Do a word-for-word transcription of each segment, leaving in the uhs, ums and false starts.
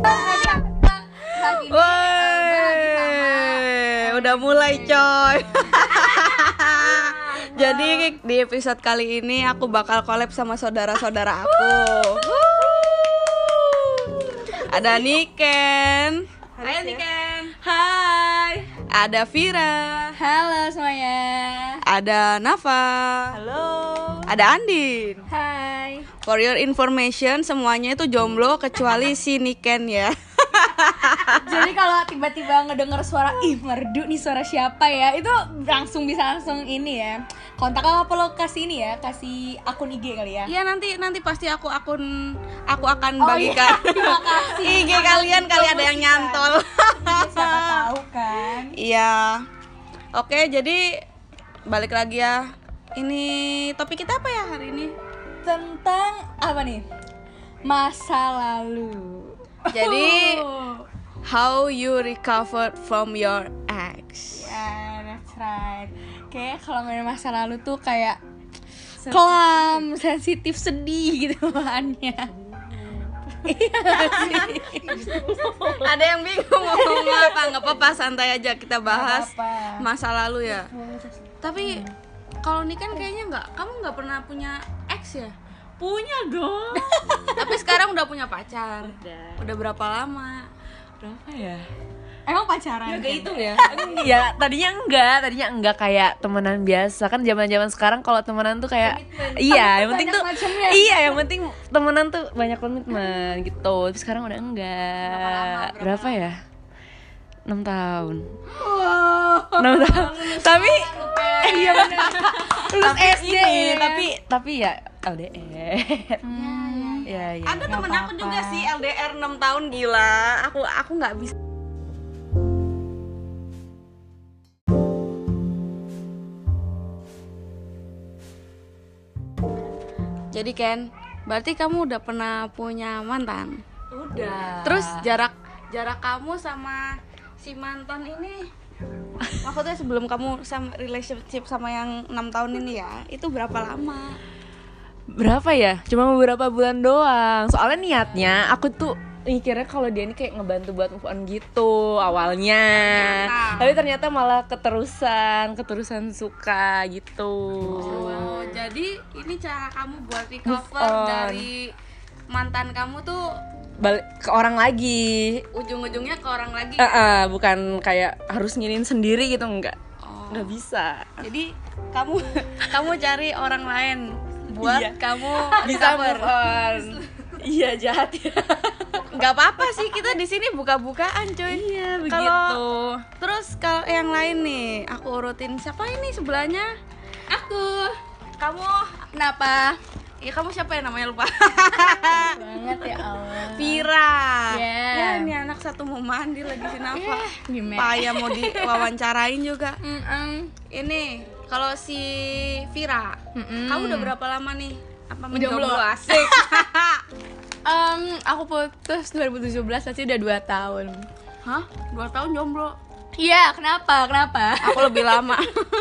Woi, udah mulai coy. Jadi di episode kali ini aku bakal collab sama saudara-saudara aku. Ada Niken. Hai Niken. Hai. Ada Vira. Halo semuanya. Ada Nafa. Halo. Ada Andin. Hai. For your information, semuanya itu jomblo kecuali si Niken ya. Jadi kalau tiba-tiba ngedenger suara, ih merdu nih suara siapa ya, itu langsung bisa langsung ini ya, kontak apa lo kasih ini ya, kasih akun I G kali ya. Iya nanti nanti pasti aku akun aku akan Oh, bagikan. iya. Terima kasih. I G kalian kali ada yang nyantol. Siapa tahu kan. Iya. Oke, jadi balik lagi ya. Ini topik kita apa ya hari ini? Tentang apa nih? Masa lalu. Jadi Oh. how you recovered from your ex? Ya, that's right. Kayak kalau ngomongin masa lalu tuh kayak kelam, sensitif, sedih gitu bahannya. Ada yang bingung ngomong apa? Nggak apa-apa, santai aja kita bahas Nggak apa-apa. masa lalu ya. Tapi kalau ini kan kayaknya nggak, kamu nggak pernah punya ex ya? Punya dong. Tapi sekarang udah punya pacar. Udah. Udah berapa lama? Berapa ya? Emang pacaran? Gak hitung ya? Ya tadinya enggak, tadinya enggak kayak temenan biasa. Kan zaman-zaman sekarang kalau temenan tuh kayak iya, yang penting banyak tuh macamnya. iya, yang penting temenan tuh banyak komitmen gitu. Tapi sekarang udah enggak. Berapa lama? Berapa Berapa ya? enam tahun. Wow. enam tahun. Tapi Iya benar. Lulus tapi S D ini, ya. tapi tapi ya L D R. Hmm. Ya, ya. Ada Nggak temen aku apa-apa. juga sih L D R enam tahun, gila. Aku aku nggak bisa. Jadi Ken, berarti kamu udah pernah punya mantan? Udah. Terus jarak jarak kamu sama si mantan ini, maksudnya sebelum kamu sama relationship sama yang enam tahun ini ya, itu berapa lama? Berapa ya? Cuma beberapa bulan doang. Soalnya niatnya aku tuh mikirnya kalau dia ini kayak ngebantu buat move on gitu awalnya. Ternyata. Tapi ternyata malah keterusan, keterusan suka gitu. Oh, jadi ini cara kamu buat Move recover on. dari mantan kamu tuh Balik ke orang lagi. ujung-ujungnya ke orang lagi. Eh, eh, bukan kayak harus nginin sendiri gitu, enggak. Oh. Enggak bisa. Jadi kamu kamu cari orang lain buat Iya. kamu Bisa recover. move on. Iya, jahat ya. Nggak apa-apa sih, kita di sini buka-bukaan cuy. Iya, Kalau- begitu. Terus kalau yang lain nih, aku urutin siapa ini sebelahnya? Aku. Kamu, Kenapa? ya kamu siapa ya namanya lupa? Banget ya Allah. Vira. Yeah. Ya ini anak satu mau mandi lagi si Nafa. Gimana? Payah mau diwawancarain juga. Mm-mm. Ini kalau si Vira, Mm-mm. kamu udah berapa lama nih? Apa Jomblo. menjomblo asik? Um, aku putus dua ribu tujuh belas, berarti udah dua tahun. Hah? Dua tahun jomblo? Iya, kenapa? Kenapa? Aku lebih lama.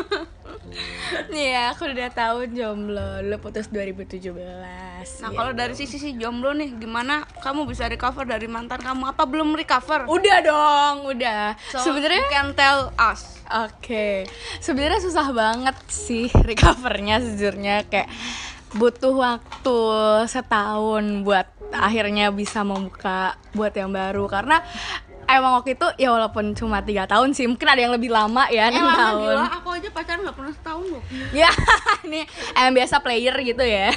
Iya, aku udah tahun jomblo. Lu putus dua ribu tujuh belas. Nah kalau dari sisi si jomblo nih, gimana kamu bisa recover dari mantan kamu? Apa belum recover? Udah dong, udah. So, Sebenarnya you can tell us. Oke, sebenarnya susah banget sih recovernya sejujurnya, kayak butuh waktu setahun buat akhirnya bisa membuka buat yang baru, karena emang waktu itu ya walaupun cuma tiga tahun sih, mungkin ada yang lebih lama ya, Eh enam lama tahun. gila, aku aja pacaran gak pernah setahun loh. Ya, ini emang biasa player gitu ya.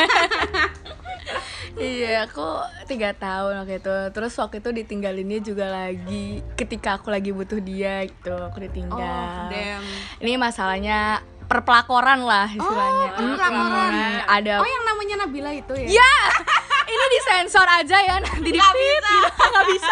Iya, aku tiga tahun waktu itu. Terus waktu itu ditinggalinnya juga lagi ketika aku lagi butuh dia gitu, aku ditinggal. Oh, damn. Ini masalahnya perpelakoran lah istilahnya. Oh, perpelakoran. Mm-mm. Ada. Oh yang namanya Nabila itu ya? Ya, ini disensor aja ya, nanti di Nggak bisa. nggak bisa.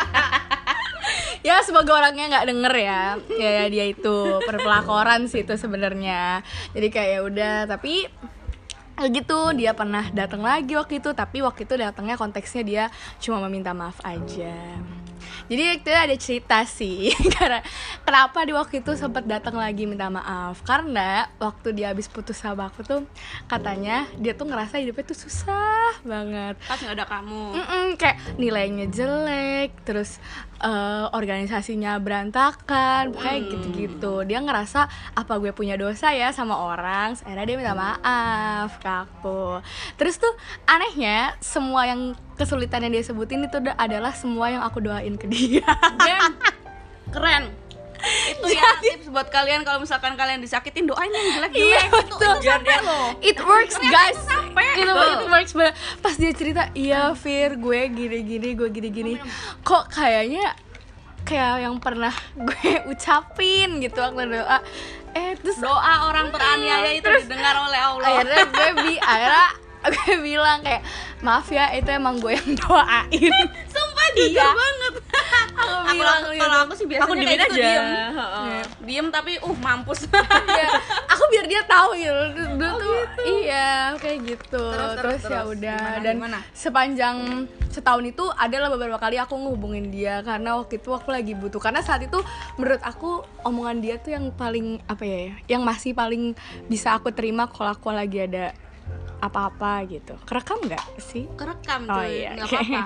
Ya semoga orangnya nggak denger ya. Ya, ya dia itu perpelakoran sih itu sebenarnya. Jadi kayak ya udah, tapi gitu dia pernah datang lagi waktu itu, tapi waktu itu datangnya konteksnya dia cuma meminta maaf aja. Jadi itu ada cerita sih karena kenapa di waktu itu sempat datang lagi minta maaf. Karena waktu dia habis putus sama aku tuh katanya dia tuh ngerasa hidupnya tuh susah banget. Pas nggak ada kamu. Mm-mm, kayak nilainya jelek, terus uh, organisasinya berantakan, kayak Hmm. gitu-gitu. Dia ngerasa apa gue punya dosa ya sama orang, akhirnya dia minta maaf ke aku. Terus tuh anehnya semua yang kesulitan yang dia sebutin itu adalah semua yang aku doain ke dia. Gem, keren. Itu ya tips buat kalian kalau misalkan kalian disakitin, doain yang jelek-jelek. Iya, itu betul. itu sampai loh. It works guys. sampai. Itu it works banget. Pas dia cerita, iya Fir, gue gini-gini, gue gini-gini. Kok kayaknya kayak yang pernah gue ucapin gitu waktu doa. Eh terus Doa orang teraniaya itu didengar oleh Allah. akhirnya gue bi akhirnya gue bilang kayak maaf ya itu emang gue yang doain. Sumpah jujur Iya. banget. Aku Aku bilang kalau aku sih biasanya Aku kayak diemin gitu, aja. diem. Heeh. Diem tapi uh mampus. Iya, aku biar dia tahu gitu. Dulu tuh iya kayak gitu. Terus, Terus, terus, ya terus. udah Gimana, dan gimana? sepanjang setahun itu adalah beberapa kali aku ngehubungin dia karena waktu itu aku lagi butuh. Karena saat itu menurut aku omongan dia tuh yang paling apa ya? Yang masih paling bisa aku terima kalau aku lagi ada apa-apa gitu. Kerekam nggak sih? Kerekam Oh cuy, iya. nggak apa-apa.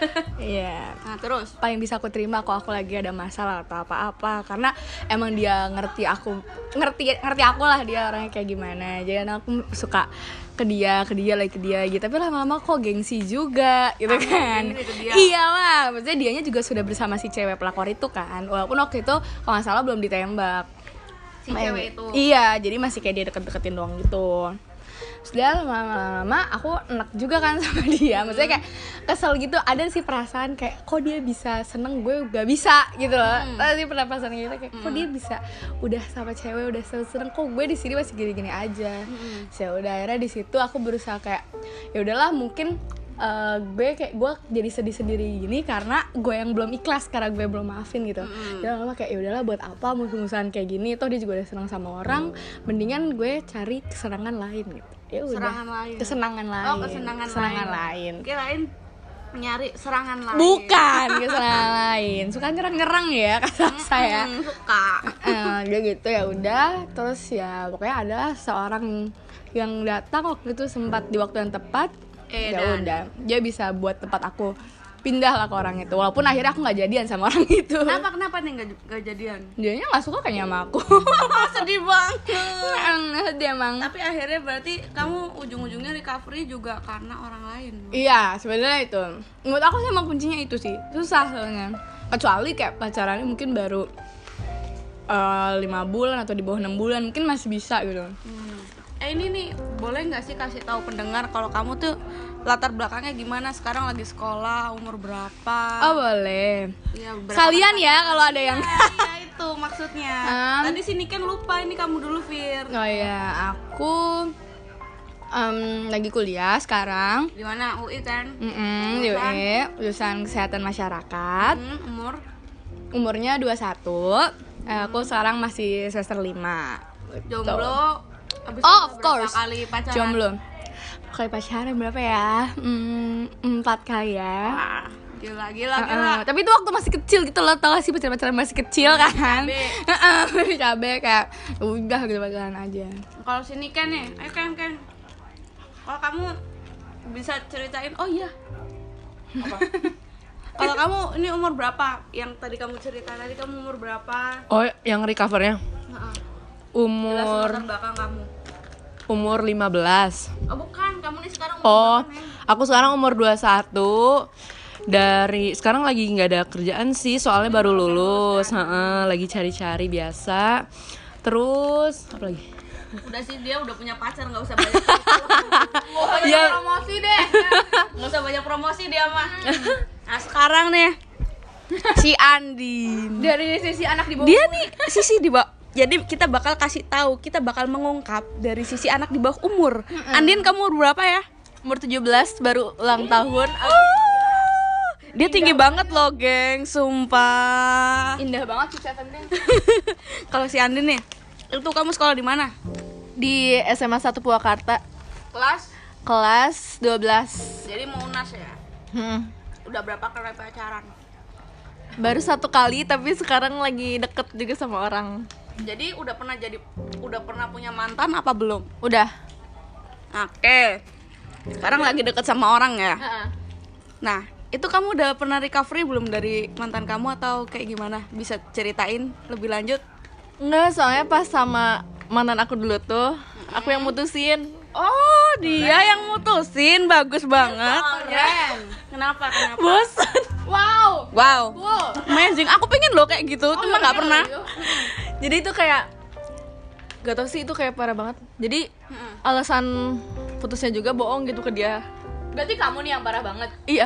Iya. Nah terus Paling bisa aku terima kalau aku lagi ada masalah atau apa-apa karena emang dia ngerti aku ngerti ngerti aku lah dia orangnya kayak gimana jadi aku suka ke dia ke dia lagi ke dia gitu tapi lama-lama kok gengsi juga gitu Kamu kan gengsi ke dia. iyalah maksudnya dianya juga sudah bersama si cewek pelakor itu kan walaupun waktu itu kalau nggak salah belum ditembak si cewek itu. iya jadi masih kayak dia deket-deketin doang gitu. Sudah lama-lama aku enak juga kan sama dia. Maksudnya kayak kesel gitu. Ada sih perasaan kayak kok dia bisa seneng gue gak bisa gitu loh. Hmm. Tadi pernah perasaan gitu kayak kok dia bisa udah sama cewek udah seneng kok gue di sini masih gini-gini aja. Hmm. Ya udah akhirnya di situ aku berusaha kayak ya udahlah mungkin uh, gue kayak gue jadi sedih sendiri gini karena gue yang belum ikhlas karena gue belum maafin gitu. Mm-hmm. Ya lama kayak ya udahlah buat apa musuh-musuhan kayak gini toh dia juga udah senang sama orang mendingan gue cari kesenangan lain gitu. Ya udah. Serangan lain. Kesenangan lain. Oh kesenangan, Kesenangan lain. Kirain nyari serangan lain. Bukan kesenangan lain. Suka nyerang-nyerang ya kata saya. Hmm, suka. Eh, dia gitu ya udah terus ya pokoknya ada seorang yang datang waktu itu sempat di waktu yang tepat. Eh, Ya dan- udah dia bisa buat tempat aku pindah lah ke orang itu walaupun akhirnya aku nggak jadian sama orang itu. Kenapa kenapa nih nggak nggak jadian? Dianya nggak suka kayaknya sama aku. Sedih banget. Dia emang. Tapi akhirnya berarti kamu ujung-ujungnya recovery juga karena orang lain. Iya sebenarnya itu. Menurut aku sih emang kuncinya itu sih susah soalnya. Kecuali kayak pacarannya mungkin baru eh, lima bulan atau di bawah enam bulan mungkin masih bisa gitu. Hmm. Eh ini nih boleh nggak sih kasih tahu pendengar kalau kamu tuh latar belakangnya gimana sekarang lagi sekolah umur berapa? Oh boleh. Iya, berapa Kalian kali- ya kalau ada yang. Iya itu maksudnya. Um. Tadi sini kan lupa ini kamu dulu Fir. Oh ya aku em, lagi kuliah sekarang. Di mana U I kan? Mm-mm, di U I, jurusan kesehatan masyarakat. Hmm, umur Umurnya dua puluh satu. Eh, aku sekarang masih semester lima. Gitu. jomblo. Abis Oh, itu of berapa course. kali pacaran? Jomblo. Kali pacaran berapa ya? Hmm, empat kali ya. Wah, gila gila Uh-uh. gila. Tapi itu waktu masih kecil gitu loh, tau gak sih pacaran-pacaran masih kecil kan? Cabe. Heeh, cabe kayak udah gitu pacaran aja. Kalau sini kan nih, ayo kan kan. Kalau kamu bisa ceritain, oh iya. Apa? Kalau kamu ini umur berapa? Yang tadi kamu cerita tadi kamu umur berapa? Oh, yang recovernya Heeh. Jelas umur latar belakang kamu. umur lima belas. Oh bukan, kamu nih sekarang umur Oh, berapa, Neng? aku sekarang umur dua puluh satu. Dari sekarang lagi nggak ada kerjaan sih, soalnya baru lulus. Heeh, lagi cari-cari biasa. Terus apa lagi? Udah sih dia udah punya pacar, nggak usah banyak Nggak usah banyak Ya. promosi deh. Nggak usah banyak promosi dia mah. Nah sekarang nih si Andin. Dari sisi anak di bawah. Dia nih sisi di bawah. Jadi kita bakal kasih tahu, kita bakal mengungkap dari sisi anak di bawah umur. Andin kamu umur berapa ya? Umur tujuh belas, baru ulang tahun. Dia tinggi banget loh, geng, sumpah. Indah banget sih Seventeen. Kalau si Andin nih, itu kamu sekolah di mana? Di S M A satu Purwakarta, Kelas. kelas dua belas. Jadi mau U N A S ya. Hmm. Udah berapa kali pacaran? Baru satu kali, tapi sekarang lagi deket juga sama orang. Jadi udah pernah jadi udah pernah punya mantan apa belum? Udah. Oke. Sekarang lagi deket sama orang ya. Nah, itu kamu udah pernah recovery belum dari mantan kamu atau kayak gimana? Bisa ceritain lebih lanjut? Enggak, soalnya pas sama mantan aku dulu tuh, aku yang mutusin. Oh, dia yang mutusin. Bagus banget. Keren. Kenapa? Kenapa? Bosan. Wow. Wow. Wow. Amazing. Aku pengen loh kayak gitu, cuma nggak pernah. Jadi itu kayak gak tau sih, itu kayak parah banget. Jadi alasan putusnya juga bohong gitu ke dia. Berarti kamu nih yang parah banget. Iya.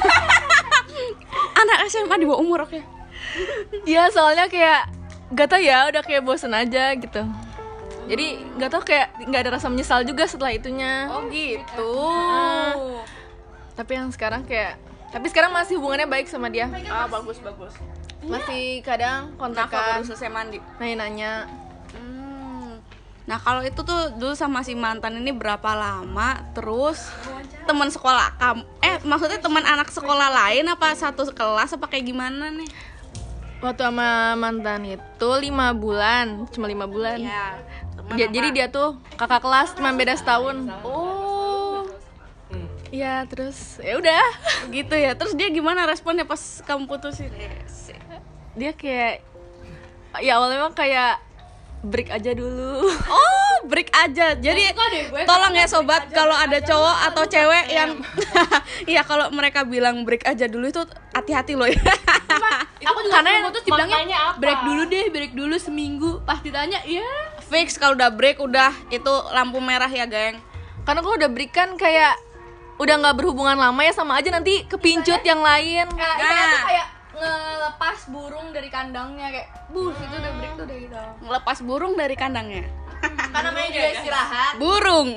Anak S M A di bawah umur, oke. Iya, soalnya kayak gak tau ya, udah kayak bosen aja gitu. Jadi gak tau, kayak gak ada rasa menyesal juga setelah itunya. Oh gitu. Uh, Tapi yang sekarang kayak, tapi sekarang masih hubungannya baik sama dia. Ah, bagus bagus. Masih kadang Kenapa kontakan, baru selesai mandi? nanya-nanya. Hmm. Nah, kalau itu tuh dulu sama si mantan ini berapa lama? Terus teman sekolah kamu, eh maksudnya teman anak sekolah lain apa satu kelas apa kayak gimana nih? Waktu sama mantan itu lima bulan, cuma lima bulan. Ya. Ja- jadi dia tuh kakak kelas, cuma beda setahun. Oh, Iya, terus ya udah. gitu ya. Terus dia gimana responnya pas kamu putusin? Dia kayak, ya awalnya emang kayak break aja dulu. Oh, break aja. Jadi tolong ya sobat, kalau ada cowok atau cewek yang iya, kalau mereka bilang break aja dulu itu hati-hati loh ya. Aku juga Karena putus dibilangnya apa? break dulu deh, break dulu seminggu. Pas ditanya, iya. Fix kalau udah break udah itu lampu merah ya, geng. Karena kalau udah break kan kayak udah nggak berhubungan lama ya, sama aja nanti kepincut yang lain. Nah, Nah. itu tuh kayak ngelepas burung dari kandangnya, kayak bus itu udah break tuh udah gitu. Ngelepas burung dari kandangnya. Kan namanya juga istirahat. Burung.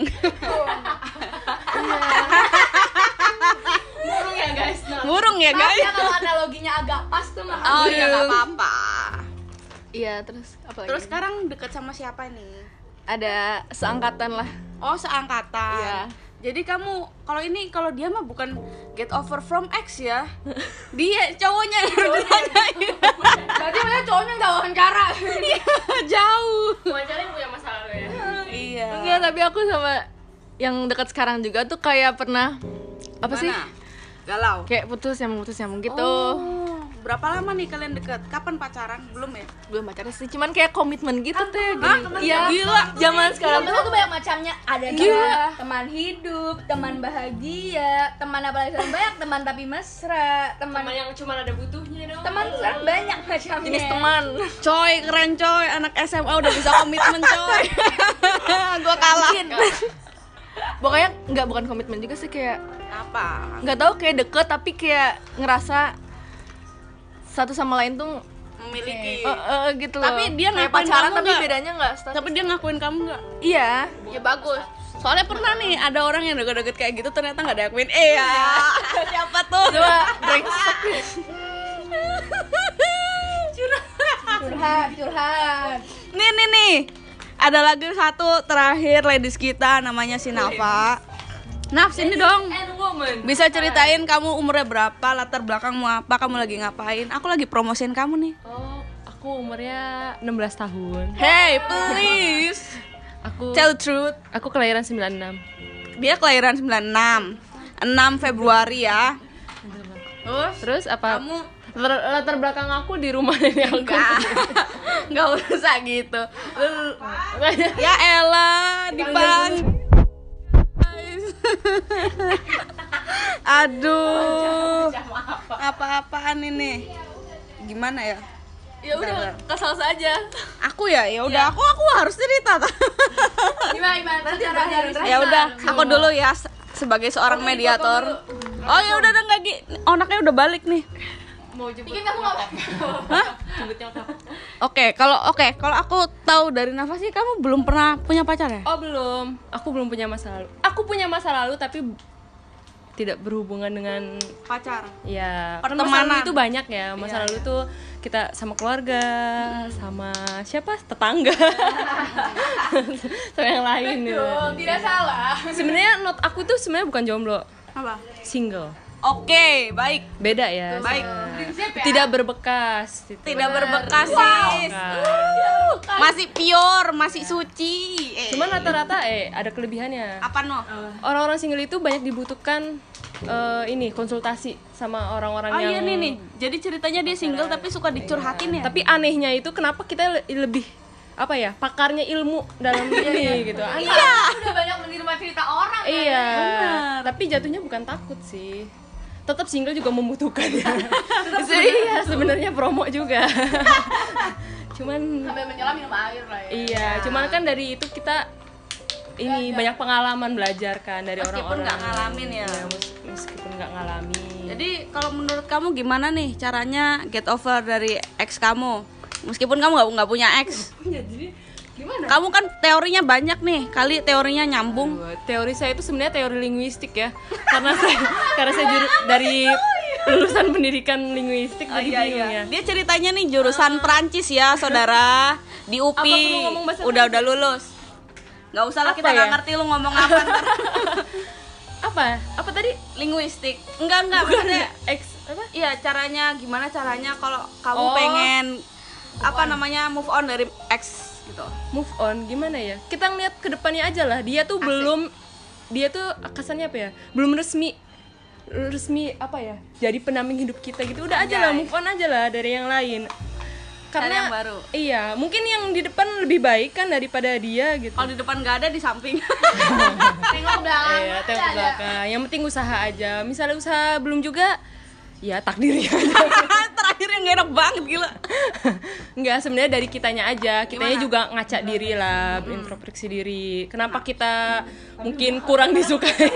Burung ya guys. Nah. Burung ya, Maaf guys. ya kalau analoginya agak pas tuh mah. Oh ya nggak apa-apa. Iya, terus apa lagi? Terus sekarang deket sama siapa nih? ada seangkatan lah. Oh, seangkatan. Iya. Jadi kamu kalau ini kalau dia mah bukan get over from ex ya. Dia cowoknya yang harus ditanyain. Berarti mana cowoknya nggak wawancara. Iya, jauh. Wawancarain punya masalah lo ya. Iya. Enggak, tapi aku sama yang dekat sekarang juga tuh kayak pernah apa sih? Mana? Galau. Kayak putus yang putus yang gitu. Oh, berapa lama nih kalian deket? Kapan pacaran? Belum ya? Belum pacaran sih, cuman kayak komitmen gitu tuh. Hah? Iya, Gila. zaman sekarang Temen tuh tuh banyak macamnya. Ada Gila. teman, teman hidup, teman bahagia, teman apa lagi sekarang banyak, teman tapi mesra, teman Teman yang cuma ada butuhnya dong. teman tuh sekarang banyak macamnya. jenis teman. Coy, keren coy. Anak S M A udah bisa komitmen coy. Gua kalah. Pokoknya nggak, bukan komitmen juga sih, kayak Apa? nggak tahu, kayak deket tapi kayak ngerasa satu sama lain tuh Memiliki. eh, eh, gitu loh. Tapi dia kayak ngakuin pacaran kamu tapi nggak? bedanya nggak status. Tapi dia ngakuin kamu nggak? Iya. Ya bagus. Soalnya pernah nih ada orang yang deket-deket kayak gitu ternyata nggak diakuin. Eh ya. Siapa tuh? Coba brengsek. curhat, curhat. Nih nih nih. Ada lagi satu terakhir ladies kita namanya si Nafa. Naf, sini dong. And woman. Bisa ceritain kamu umurnya berapa, latar belakangmu apa, kamu lagi ngapain? Aku lagi promosiin kamu nih. Oh, aku umurnya enam belas tahun. Hey, please. Aku Tell the truth. aku kelahiran sembilan enam. Dia kelahiran sembilan enam. enam Februari ya. Terus Terus apa? kamu Latar, latar belakang aku di rumah nenek aku. enggak. Enggak usah gitu. Lu- Ya elah, dipang. Aduh. Apa-apaan ini? Gimana ya? Ya udah, kesal saja. Aku ya, ya udah aku aku harus cerita. Gimana gimana? Nanti ada Ya udah, aku dulu ya se- sebagai seorang mediator. Oh ya udah udah nggak gi, onaknya udah balik nih. Bikin kamu nggak Hah? Oke, kalau oke, kalau aku tahu dari Nafa sih kamu belum pernah punya pacar ya? Oh belum, aku belum punya masa lalu. Aku punya masa lalu tapi tidak berhubungan dengan Pacar. ya Pertemanan. masa lalu itu banyak ya. Masa Iya, lalu tuh kita sama keluarga, sama siapa? Tetangga, sama yang lain. Ya. Tidak salah. Sebenarnya not aku tuh sebenarnya bukan jomblo, Apa? single. Oke, baik. Beda ya. Baik. Tidak berbekas. gitu. Tidak berbekas, sis. Nah, Masih pure, masih suci. Eh, cuman rata-rata eh ada kelebihannya. apa no? Orang-orang single itu banyak dibutuhkan eh, ini konsultasi sama orang-orang Oh yang iya nih nih. Jadi ceritanya dia single tapi suka dicurhatin ya. tapi anehnya itu kenapa kita le- lebih apa ya pakarnya ilmu dalam ini gitu. Aneh. Iya. Udah banyak menerima cerita orang. Iya. Tapi jatuhnya bukan takut sih. Tetap single juga membutuhkan ya. Iya, sebenarnya promo juga. Cuman Sambil menyelam minum air lah ya. iya, cuman kan dari itu kita ini banyak pengalaman belajar kan dari Meskipun orang-orang. nggak ngalamin ya. Iya, mes- meskipun nggak ngalamin. Jadi kalau menurut kamu gimana nih caranya get over dari ex kamu? Meskipun kamu nggak nggak punya ex. Jadi gimana? Kamu kan teorinya banyak nih, kali teorinya nyambung. Teori saya itu sebenarnya teori linguistik ya. Karena saya karena saya juru, dari lulusan pendidikan linguistik Oh, jadi iya, bingung iya. ya. Dia ceritanya nih jurusan Perancis ya, saudara. Di U P I. Apa perlu ngomong bahasa Udah udah lulus. Nggak usah lah, Apa kita nggak ya? ngerti lu ngomong apa ntar. Apa? Apa tadi? Linguistik. Enggak enggak maksudnya. X apa? Iya, caranya gimana caranya kalau kamu Oh. pengen apa namanya move on dari ex gitu. Move on gimana ya? Kita ngeliat ke depannya aja lah. Dia tuh belum dia tuh kesannya apa ya? Belum resmi resmi apa ya? Jadi pendamping hidup kita gitu. Udah aja lah, Anjay. move on aja lah dari yang lain. Karena yang baru. Iya, mungkin yang di depan lebih baik kan daripada dia gitu. Kalau di depan nggak ada, di samping. Tengok ke belakang. Iya, tengok ke belakang. Yang penting usaha aja. Misalnya usaha belum juga, ya takdirnya. Terakhir yang gak enak banget gila. Enggak, sebenarnya dari kitanya aja. Kitanya Gimana? juga ngaca diri lah, berintrospeksi diri. Kenapa kita mungkin kurang disukai?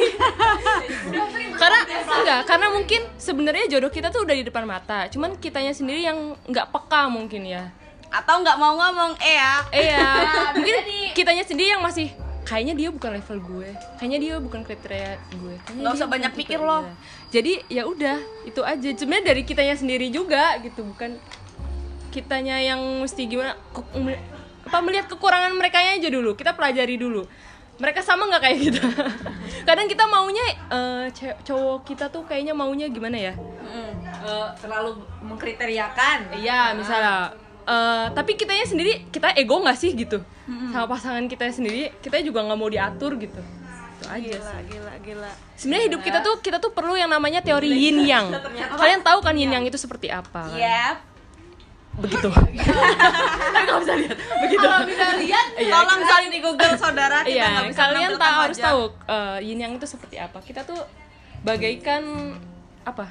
karena enggak, karena mungkin sebenarnya jodoh kita tuh udah di depan mata. Cuman kitanya sendiri yang nggak peka mungkin ya. Atau nggak mau ngomong eh ya. Iya, mungkin kitanya sendiri yang masih kayaknya dia bukan level gue, kayaknya dia bukan kriteria gue. Kayaknya Nggak dia usah bukan banyak tipe pikir gue. loh. Jadi ya udah, itu aja. Sebenarnya dari kitanya sendiri juga gitu, bukan kitanya yang mesti gimana ke- mel- apa melihat kekurangan mereka aja dulu. Kita pelajari dulu. Mereka sama nggak kayak kita? Kadang kita maunya eh, ce- cowok kita tuh kayaknya maunya gimana ya? Eh, terlalu mengkriteriakan. Iya, misalnya. Eh, tapi kitanya sendiri, kita ego nggak sih gitu? Sama pasangan kita sendiri, kita juga nggak mau diatur gitu. Itu aja Gila, sih. gila, gila. Sebenarnya hidup kita tuh kita tuh perlu yang namanya teori yin yang. Kalian tahu kan yin yang itu seperti apa? Kan? Yep. Begitu. Tapi nggak bisa lihat. Begitu. Kalau bisa lihat, Tolong cari di Google saudara, kita Iya, nggak bisa kalian menampilkan tahu harus wajah. tahu eh, yin yang itu seperti apa. Kita tuh bagaikan apa?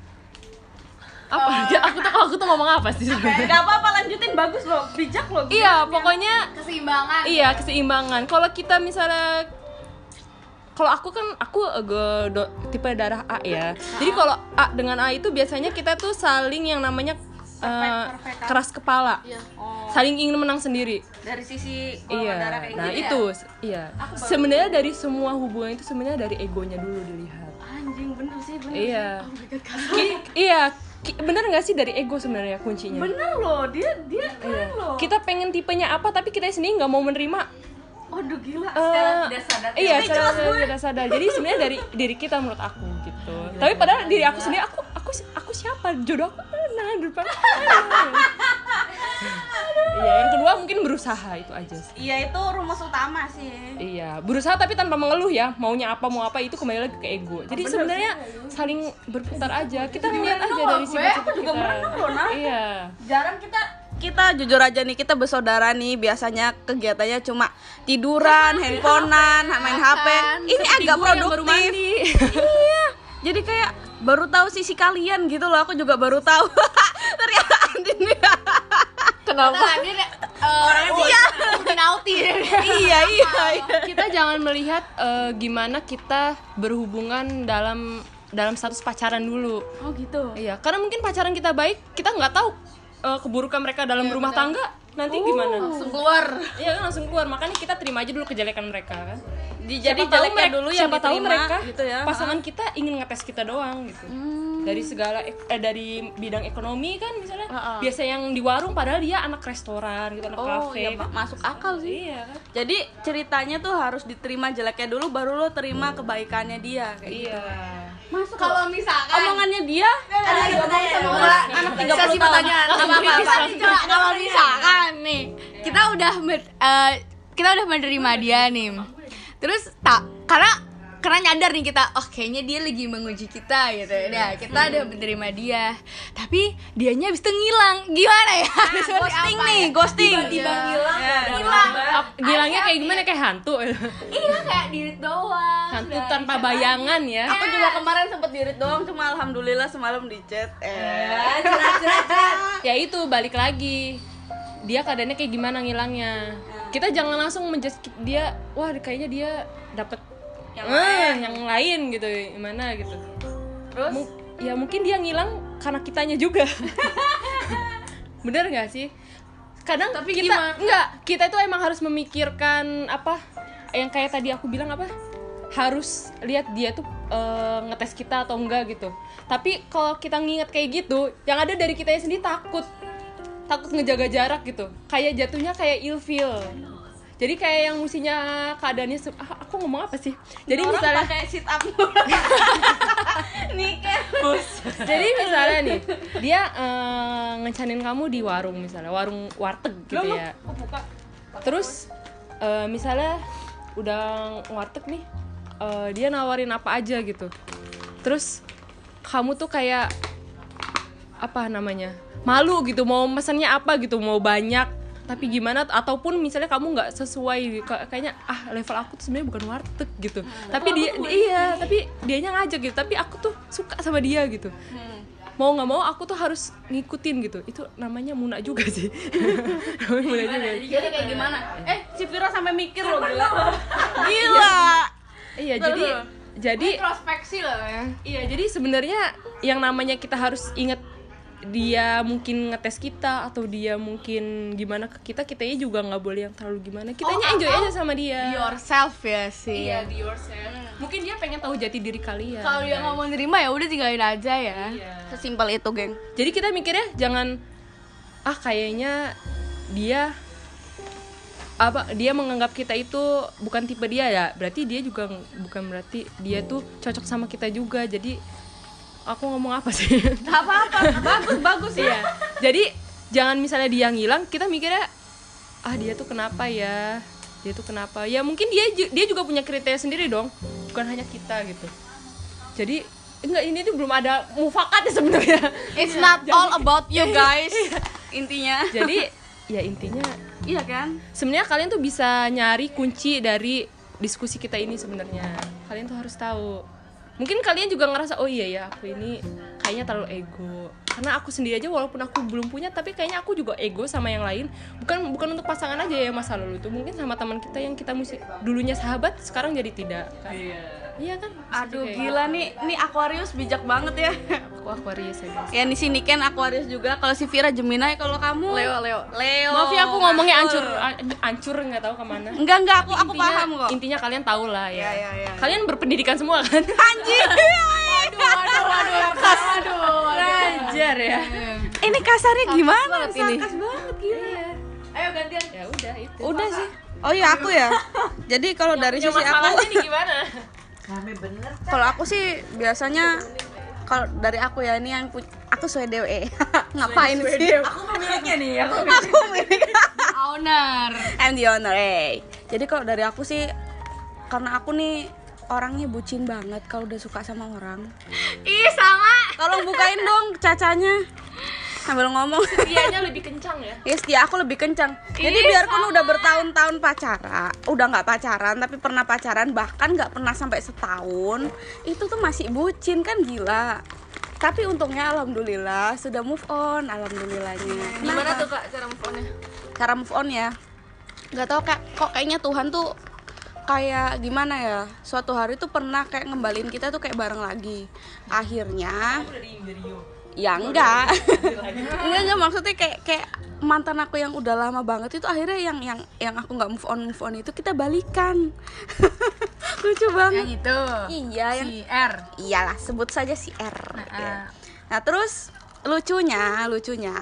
Apa? Aku tuh aku tuh ngomong apa sih sebenarnya? Gak apa-apa, lanjutin, bagus loh, bijak loh. Iya, pokoknya keseimbangan. iya keseimbangan. Kalau kita misalnya kalau aku kan aku uh, do, tipe darah A ya. Jadi kalau A dengan A itu biasanya kita tuh saling yang namanya uh, keras kepala. Oh, Saling ingin menang sendiri. dari sisi golongan darah Iya. kayak Nah, gitu itu ya? s- iya. Sebenarnya dari semua hubungan itu sebenarnya dari egonya dulu dilihat. Anjing, bener sih, bener. Iya. Ki- iya, ki- bener nggak sih dari ego sebenarnya kuncinya? Bener loh, dia dia Iya. keren loh. Kita pengen tipenya apa tapi kita sendiri nggak mau menerima. Waduh gila. Eh, tidak sadar. iya, Tapi secara jelas gue. tidak sadar. Jadi sebenarnya dari diri kita menurut aku gitu. Tapi padahal diri aku sendiri aku aku aku siapa? Jodoh aku mana di depan. Iya, yang kedua mungkin berusaha itu aja sih. Iya, itu rumus utama sih. Iya, berusaha tapi tanpa mengeluh ya. Maunya apa mau apa itu kembali lagi ke ego. Jadi sebenarnya saling berputar aja. Kita ngeliat aja dari sifat-sifat aku juga kita. merenung loh, Nah. Iya. Jarang kita kita jujur aja nih, kita bersaudara nih biasanya kegiatannya cuma tiduran, handphonean, main H P. Ini Seperti agak gue yang baru produktif. mandi. Iya. Jadi kayak baru tahu sisi kalian gitu loh. Aku juga baru tahu. Ternyata Andin ya. Kenapa? Dia uh, orangnya Iya. naughty naughty. iya, iya, iya. Kita jangan melihat eh, gimana kita berhubungan dalam dalam status pacaran dulu. Oh gitu. Iya, karena mungkin pacaran kita baik, kita nggak tahu eh, keburukan mereka dalam rumah tangga nanti gimana. Langsung keluar. Iya kan langsung keluar, makanya kita terima aja dulu kejelekan mereka kan. Di, Siapa jadi tahu jeleknya mereka, dulu yang siapa tahu diterima, mereka gitu ya. pasangan kita ingin ngetes kita doang gitu. Dari segala ek- eh, dari bidang ekonomi kan misalnya Ha-ha. biasa yang di warung padahal dia anak restoran gitu, anak Oh, kafe. iya, kan. ma- masuk akal sih. Iya kan? Jadi ceritanya tuh harus diterima jeleknya dulu, baru lo terima kebaikannya dia kayak gitu. Iya. Masuk Kalau misalkan omongannya dia Ada yang bertanya sama dong. orang anak tiga puluh Sesi tahun. pertanyaan. Apa apa apa. Coba, kalau misalkan nih kita udah men- eh, kita udah menerima dia nih, terus tak karena karena nyadar nih kita, oh kayaknya dia lagi menguji kita gitu ya, kita udah menerima dia, tapi dianya abis itu ngilang, gimana ya? Seperti Ghosting apa nih, ya? ghosting. Tiba-tiba hilang. Hilang. Ap- Gilangnya kayak gimana, kayak hantu Iya kayak diri doang. hantu udah tanpa bisa bayangan ya. Aku juga kemarin sempet dirit doang, cuma alhamdulillah semalam di chat. Eh. Ya, jerat jerat jerat. Ya itu balik lagi, dia keadaannya kayak gimana ngilangnya. Kita jangan langsung menjudge dia, wah kayaknya dia dapet Yang eh, lain. yang lain gitu, gimana gitu. Terus Mu- ya mungkin dia ngilang karena kitanya juga. Bener nggak sih? Kadang Tapi kita gimana? enggak, kita itu emang harus memikirkan apa yang kayak tadi aku bilang apa? Harus lihat dia tuh eh, ngetes kita atau enggak gitu. Tapi kalau kita nginget kayak gitu, yang ada dari kitanya sendiri takut. Takut ngejaga jarak gitu. Kayak jatuhnya kayak ilfeel. Jadi kayak yang mestinya keadaannya se- ah, aku ngomong apa sih? Jadi orang misalnya pakai sit up. Nih kan. Jadi misalnya nih, dia eh, ngencanin kamu di warung misalnya, warung warteg gitu ya. Terus eh, misalnya udah warteg nih, eh, dia nawarin apa aja gitu. Terus kamu tuh kayak apa namanya? Malu gitu, mau pesannya apa gitu, mau banyak tapi gimana, ataupun misalnya kamu nggak sesuai, kayak- kayaknya ah level aku tuh sebenarnya bukan warteg gitu, tapi dia iya tapi dianya ngajak gitu, tapi aku tuh suka sama dia gitu, mau nggak mau aku tuh harus ngikutin gitu. Itu namanya muna juga sih. Namanya muna juga. Jadi kayak gimana? Eh, si Vira sampai mikir loh, gila. Gila. Iya, jadi jadi introspeksi lah ya. iya jadi sebenarnya yang namanya kita harus ingat, dia mungkin ngetes kita atau dia mungkin gimana ke kita, kitanya juga nggak boleh yang terlalu gimana, kitanya Oh, enjoy atau aja sama dia. Yourself ya sih. Iya, be yourself. Mungkin dia pengen tahu jati diri kalian. Kalau dia nggak mau nerima ya udah tinggalin aja ya. Sesimpel itu, geng. Jadi kita mikirnya jangan ah kayaknya dia apa dia menganggap kita itu bukan tipe dia ya, berarti dia juga ng- bukan berarti dia tuh cocok sama kita juga. Jadi aku ngomong apa sih? Apa-apa, bagus bagus ya. Iya. Jadi jangan misalnya dia ngilang, kita mikirnya ah dia tuh kenapa ya? Dia tuh kenapa? Ya mungkin dia ju- dia juga punya kriteria sendiri dong, bukan hanya kita gitu. Jadi enggak, ini tuh belum ada mufakatnya sebenarnya. It's not all about you guys. Intinya. Jadi ya intinya Iya kan? sebenarnya kalian tuh bisa nyari kunci dari diskusi kita ini sebenarnya. Kalian tuh harus tahu. Mungkin kalian juga ngerasa oh iya ya aku ini kayaknya terlalu ego. Karena aku sendiri aja walaupun aku belum punya, tapi kayaknya aku juga ego sama yang lain. Bukan bukan untuk pasangan aja ya masa lalu itu. Mungkin sama teman kita yang kita mesti dulunya sahabat sekarang jadi tidak. Kan? Iya. Iya kan? Aduh, Kayak gila nih, nih Aquarius bijak banget ya. Aku Aquarius ya guys. Ya di sini kan Aquarius juga. Kalau si Vira Gemini, kalau kamu Leo Leo. Leo. Maaf ya aku ngomongnya Ngawur. ancur, an- ancur nggak tahu kemana. Enggak enggak, aku aku Intinya- paham kok. Intinya kalian tahu lah ya. Ya, ya, ya. Kalian berpendidikan semua kan? Anjir. Waduh, waduh, waduh, Belajar ya. Ini kasarnya gimana? banget ini. Sarkas banget gila. Ayo gantian. Ya udah itu. Udah sih. Oh iya aku ya. Jadi kalau dari Punya sisi aku, masalahnya nih gimana? Rame bener. kalau aku sih biasanya kalau dari aku ya ini yang pu- aku sesuai D W E. Ngapain sih? Aku pemiliknya nih, aku Aku milik. Owner. I'm the owner. Eh. Jadi kalau dari aku sih karena aku nih orangnya bucin banget kalau udah suka sama orang. Ih sama. Tolong bukain dong cacanya. Sambil ngomong. Dianya lebih kencang ya. Yes, dia aku lebih kencang. Jadi Ih, biarpun udah bertahun-tahun pacaran, udah nggak pacaran tapi pernah pacaran, bahkan nggak pernah sampai setahun, itu tuh masih bucin kan, gila. Tapi untungnya alhamdulillah sudah move on, alhamdulillahnya. Gimana Kenapa? tuh Kak cara move on-nya? Cara move on ya? Nggak tahu kak, kok kayaknya Tuhan tuh kayak gimana ya? Suatu hari tuh pernah kayak ngembaliin kita tuh kayak bareng lagi. Akhirnya ya enggak enggak enggak maksudnya kayak kayak mantan aku yang udah lama banget itu akhirnya yang yang yang aku nggak move on move on itu kita balikan. Lucu banget. Yang itu. Iya, yang si R. iyalah sebut saja si R. ah. Nah terus lucunya lucunya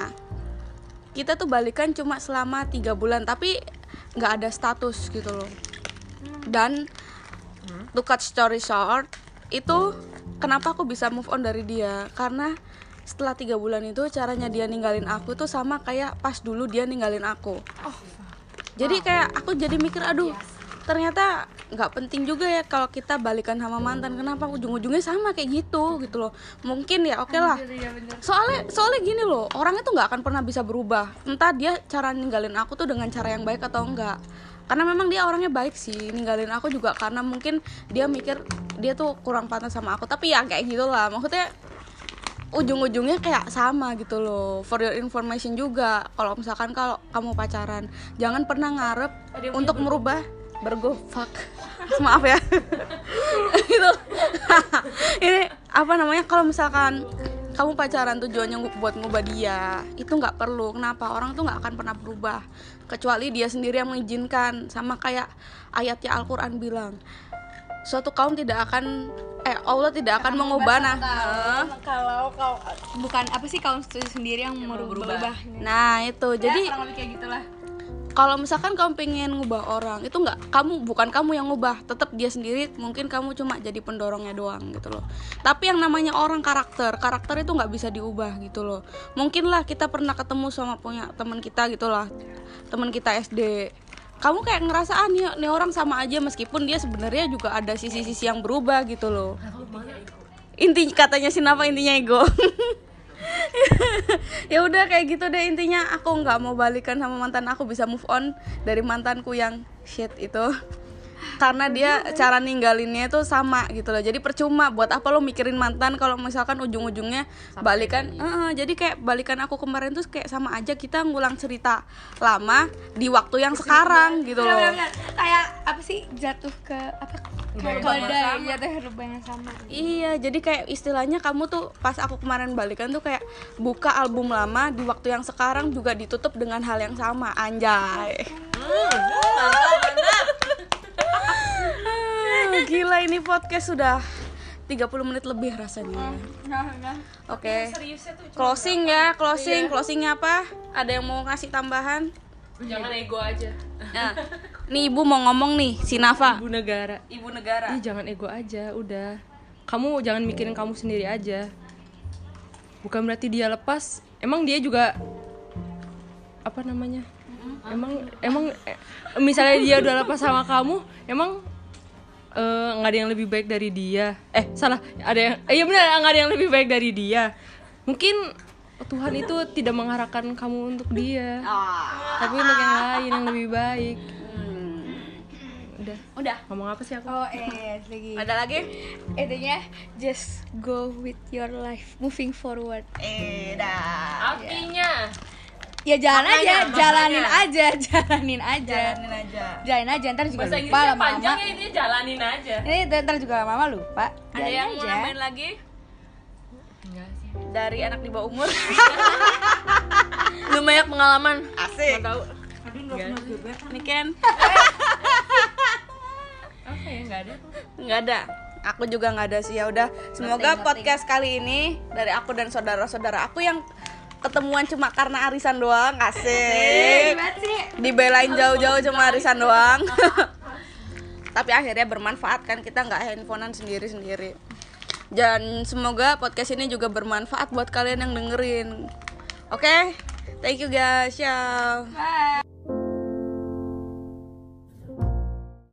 kita tuh balikan cuma selama tiga bulan tapi nggak ada status gitu loh. Dan to cut story short, itu kenapa aku bisa move on dari dia, karena setelah tiga bulan itu caranya dia ninggalin aku tuh sama kayak pas dulu dia ninggalin aku. Jadi kayak aku jadi mikir, aduh ternyata nggak penting juga ya kalau kita balikan sama mantan, kenapa ujung-ujungnya sama kayak gitu gitu loh. Mungkin ya oke lah, soalnya soalnya gini loh, orang itu nggak akan pernah bisa berubah, entah dia cara ninggalin aku tuh dengan cara yang baik atau enggak. Karena memang dia orangnya baik sih, ninggalin aku juga karena mungkin dia mikir dia tuh kurang pantas sama aku, tapi ya kayak gitulah, maksudnya ujung-ujungnya kayak sama gitu loh. For your information juga, kalau misalkan kalau kamu pacaran, jangan pernah ngarep untuk merubah bergo fuck maaf ya itu ini apa namanya, kalau misalkan kamu pacaran tujuannya buat ngubah dia, itu nggak perlu. Kenapa? Orang tuh nggak akan pernah berubah kecuali dia sendiri yang mengizinkan. Sama kayak ayatnya Al-Quran bilang, suatu kaum tidak akan eh Allah tidak akan mengubah nah Kalau kau bukan apa sih kaum sendiri yang merubah. nah itu jadi kurang lebih kayak gitulah. kalau misalkan kamu pengen ngubah orang, itu nggak, kamu bukan kamu yang ngubah, tetap dia sendiri. Mungkin kamu cuma jadi pendorongnya doang gitu loh. Tapi yang namanya orang karakter, karakter itu nggak bisa diubah gitu loh. Mungkin lah kita pernah ketemu sama punya teman kita gitu lah, teman kita S D. Kamu kayak ngerasa ah nih, nih orang sama aja, meskipun dia sebenarnya juga ada sisi-sisi yang berubah gitu loh. Inti katanya sih apa intinya ego. Ya udah kayak gitu deh intinya, aku nggak mau balikan sama mantan aku, bisa move on dari mantanku yang shit itu karena dia cara ninggalinnya itu sama gitu loh. Jadi percuma, buat apa lo mikirin mantan kalau misalkan ujung-ujungnya balikan. Uh, jadi kayak balikan aku kemarin tuh kayak sama aja kita ngulang cerita lama di waktu yang sekarang gitu loh. Benar-benar. Kayak apa sih, jatuh ke apa badai, jatuh ke lubang yang sama. Iya, jadi kayak istilahnya kamu tuh pas aku kemarin balikan tuh kayak buka album lama di waktu yang sekarang juga ditutup dengan hal yang sama, anjay. Ah, gila ini podcast sudah tiga puluh menit lebih rasanya. Oke. Closing ya, closing, closingnya apa? Ada yang mau ngasih tambahan? Jangan ego aja. Nah, nih ibu mau ngomong nih, si Nafa. Ibu negara. Ibu negara. Ih, jangan ego aja, udah. Kamu jangan mikirin kamu sendiri aja. Bukan berarti dia lepas. Emang dia juga apa namanya? Emang emang eh, misalnya dia udah lepas sama kamu, emang nggak uh, ada yang lebih baik dari dia. Eh salah, ada yang. Eh, iya benar, nggak ada yang lebih baik dari dia. Mungkin Tuhan itu tidak mengarahkan kamu untuk dia, tapi untuk yang lain yang lebih baik. Udah. Udah. Ngomong apa sih aku? Oh eh lagi. Ada lagi? Intinya just go with your life, moving forward. Eh, dah. Artinya Ya jalan Makanya, aja, makanya. jalanin aja, jalanin aja. Jalanin aja. Jalanin aja, ntar juga bahasa lupa Inggrisnya lama-lama. panjang ya, ini jalanin aja. Ini ntar juga lama-lama lupa. Ada Jalanin yang mau aja. nambahin lagi? Enggak sih. Dari anak di bawah umur. Belum banyak pengalaman. Asik. Nggak tahu. Ini Ken. Apa ya, nggak ada. Nggak ada. Aku juga nggak ada sih. Ya udah. Semoga podcast kali ini dari aku dan saudara-saudara aku yang ketemuan cuma karena arisan doang, asik. Dibelain jauh-jauh cuma arisan doang. Tapi akhirnya bermanfaat kan, kita nggak handphonean sendiri-sendiri. Dan semoga podcast ini juga bermanfaat buat kalian yang dengerin. Oke, okay? Thank you guys, ciao. Bye.